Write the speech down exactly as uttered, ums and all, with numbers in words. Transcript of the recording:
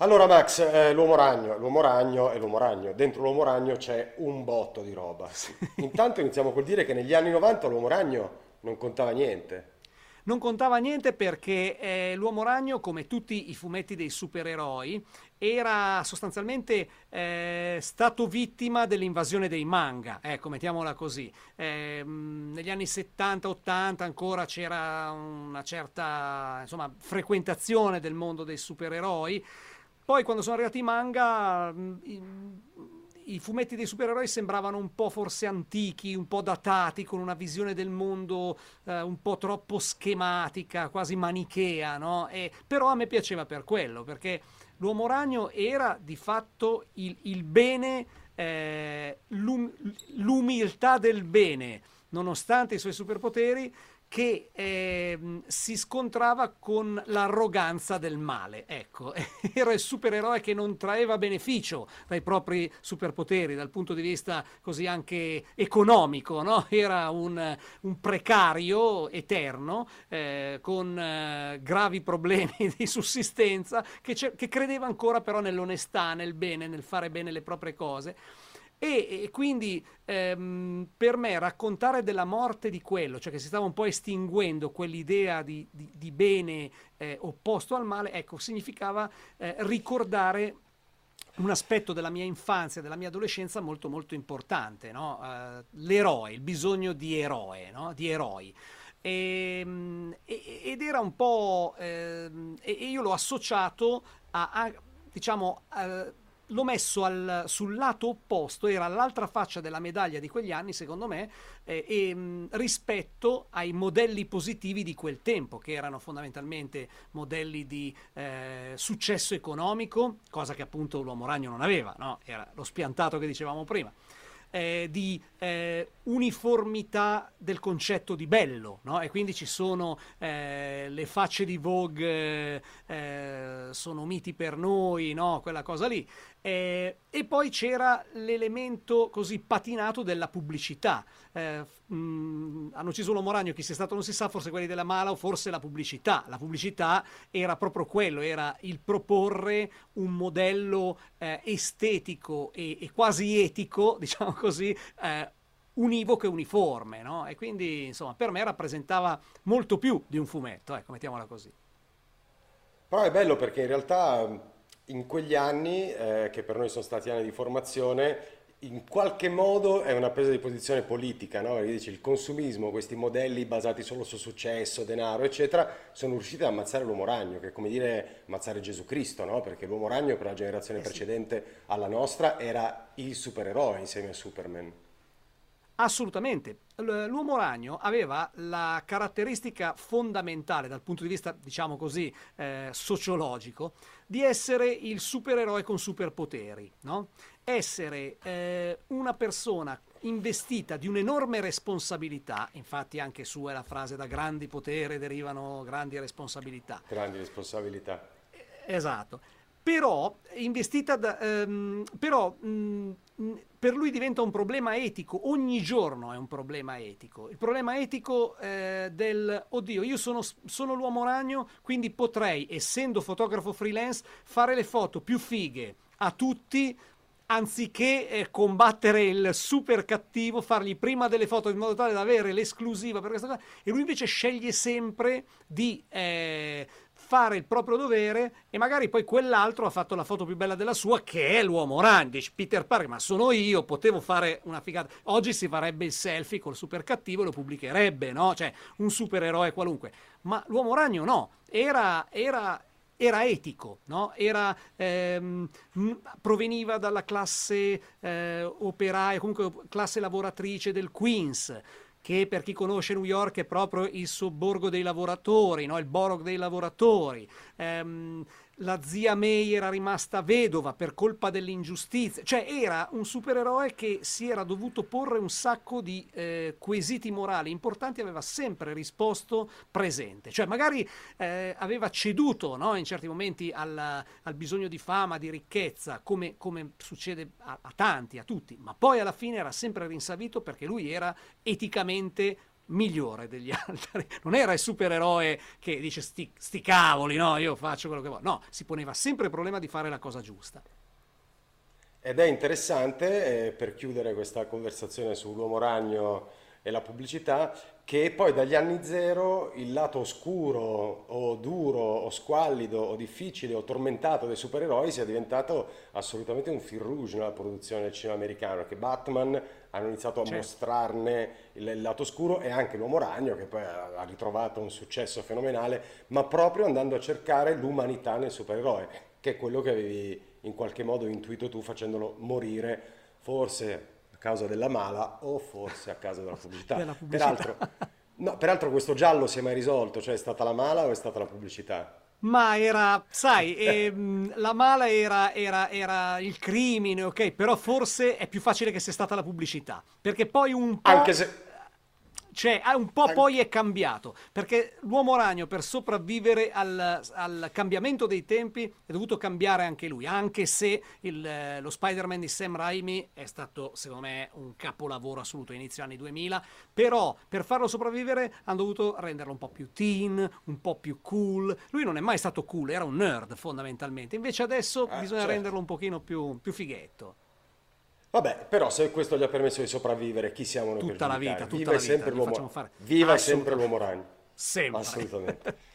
Allora Max, eh, l'uomo ragno, l'uomo ragno e l'uomo ragno. Dentro l'uomo ragno c'è un botto di roba. Intanto iniziamo col dire che negli anni novanta l'uomo ragno non contava niente. Non contava niente perché eh, l'Uomo Ragno, come tutti i fumetti dei supereroi, era sostanzialmente eh, stato vittima dell'invasione dei manga, ecco, mettiamola così. Eh, mh, negli anni settanta ottanta ancora c'era una certa, insomma, frequentazione del mondo dei supereroi. Poi quando sono arrivati i manga, mh, i, i fumetti dei supereroi sembravano un po' forse antichi, un po' datati, con una visione del mondo eh, un po' troppo schematica, quasi manichea, no? E, però a me piaceva per quello, perché l'Uomo Ragno era di fatto il, il bene, eh, l'um- l'umiltà del bene, nonostante i suoi superpoteri, che ehm, si scontrava con l'arroganza del male. Ecco, era il supereroe che non traeva beneficio dai propri superpoteri dal punto di vista così anche economico, no? Era un, un precario eterno eh, con eh, gravi problemi di sussistenza che, che credeva ancora però nell'onestà, nel bene, nel fare bene le proprie cose. E, e quindi ehm, per me raccontare della morte di quello, cioè che si stava un po' estinguendo quell'idea di, di, di bene eh, opposto al male, ecco, significava eh, ricordare un aspetto della mia infanzia, della mia adolescenza molto molto importante, no? Eh, l'eroe, il bisogno di eroe, no? Di eroi. E, e- ed era un po', ehm, e e io l'ho associato a, a, diciamo, a- l'ho messo al- sul lato opposto, era l'altra faccia della medaglia di quegli anni, secondo me, eh, e, mh, rispetto ai modelli positivi di quel tempo, che erano fondamentalmente modelli di eh, successo economico, cosa che appunto l'Uomo Ragno non aveva, no? Era lo spiantato che dicevamo prima. Eh, di eh, uniformità del concetto di bello, no? E quindi ci sono eh, le facce di Vogue, eh, sono miti per noi, no? Quella cosa lì. Eh, e poi c'era l'elemento così patinato della pubblicità. Eh, mh, hanno ucciso l'uomo ragno, chi sia stato non si sa, forse quelli della mala o forse la pubblicità. La pubblicità era proprio quello, era il proporre un modello eh, estetico e, e quasi etico, diciamo così, eh, univoco e uniforme, no? E quindi, insomma, per me rappresentava molto più di un fumetto, ecco, mettiamola così. Però è bello perché in realtà in quegli anni, eh, che per noi sono stati anni di formazione, in qualche modo è una presa di posizione politica, no? Perché dici, il consumismo, questi modelli basati solo su successo, denaro, eccetera, sono riusciti ad ammazzare l'uomo ragno, che è come dire ammazzare Gesù Cristo, no? Perché l'uomo ragno per la generazione Eh sì. precedente alla nostra era il supereroe insieme a Superman. Assolutamente. L- L'uomo ragno aveva la caratteristica fondamentale dal punto di vista, diciamo così, eh, sociologico, di essere il supereroe con superpoteri, no? Essere eh, una persona investita di un'enorme responsabilità, infatti anche su è la frase da grandi potere derivano grandi responsabilità. Grandi responsabilità. Esatto. Però, investita da, ehm, però mh, mh, per lui diventa un problema etico, ogni giorno è un problema etico. Il problema etico eh, del, oddio, io sono, sono l'uomo ragno, quindi potrei, essendo fotografo freelance, fare le foto più fighe a tutti, anziché eh, combattere il super cattivo, fargli prima delle foto in modo tale da avere l'esclusiva per questa cosa, e lui invece sceglie sempre di eh, fare il proprio dovere e magari poi quell'altro ha fatto la foto più bella della sua che è l'uomo ragno. Dici, Peter Parker, ma sono io, potevo fare una figata. Oggi si farebbe il selfie col super cattivo e lo pubblicherebbe, no? Cioè un supereroe qualunque. Ma l'uomo ragno no, era, era era etico, no? Era, ehm, proveniva dalla classe eh, operaia, comunque classe lavoratrice del Queens, che per chi conosce New York è proprio il sobborgo dei lavoratori, no? Il borough dei lavoratori. Ehm, la zia May era rimasta vedova per colpa dell'ingiustizia, cioè era un supereroe che si era dovuto porre un sacco di eh, quesiti morali importanti, aveva sempre risposto presente, cioè magari eh, aveva ceduto, no? In certi momenti alla- al bisogno di fama, di ricchezza, come, come succede a, a tanti, a tutti, ma poi alla fine era sempre rinsavito perché lui era eticamente migliore degli altri. Non era il supereroe che dice sti, sti cavoli, no, io faccio quello che voglio. No, si poneva sempre il problema di fare la cosa giusta. Ed è interessante, eh, per chiudere questa conversazione sull'uomo ragno e la pubblicità, che poi dagli anni zero il lato oscuro o duro o squallido o difficile o tormentato dei supereroi sia diventato assolutamente un fil rouge nella produzione del cinema americano, che Batman hanno iniziato a Certo. mostrarne il, il lato oscuro, e anche l'uomo ragno, che poi ha, ha ritrovato un successo fenomenale, ma proprio andando a cercare l'umanità nel supereroe, che è quello che avevi in qualche modo intuito tu facendolo morire, forse a causa della mala o forse a causa della pubblicità. Della pubblicità. Peraltro, no, peraltro questo giallo si è mai risolto, cioè è stata la mala o è stata la pubblicità? Ma era, sai, ehm, la mala era, era- era il crimine, ok? Però forse è più facile che sia stata la pubblicità, perché poi un Anche po', se... cioè, ah, un po' poi anche- è cambiato, perché l'uomo ragno per sopravvivere al, al cambiamento dei tempi è dovuto cambiare anche lui, anche se il, eh, lo Spider-Man di Sam Raimi è stato, secondo me, un capolavoro assoluto inizio anni duemila, però per farlo sopravvivere hanno dovuto renderlo un po' più teen, un po' più cool. Lui non è mai stato cool, era un nerd fondamentalmente, invece adesso ah, bisogna certo. renderlo un pochino più, più fighetto. Vabbè, però se questo gli ha permesso di sopravvivere, chi siamo noi per Tutta la giudicare? vita, tutta Viva e la vita, sempre gli facciamo l'uomo, fare viva e sempre assolutamente, l'uomo ragno. sempre. Assolutamente.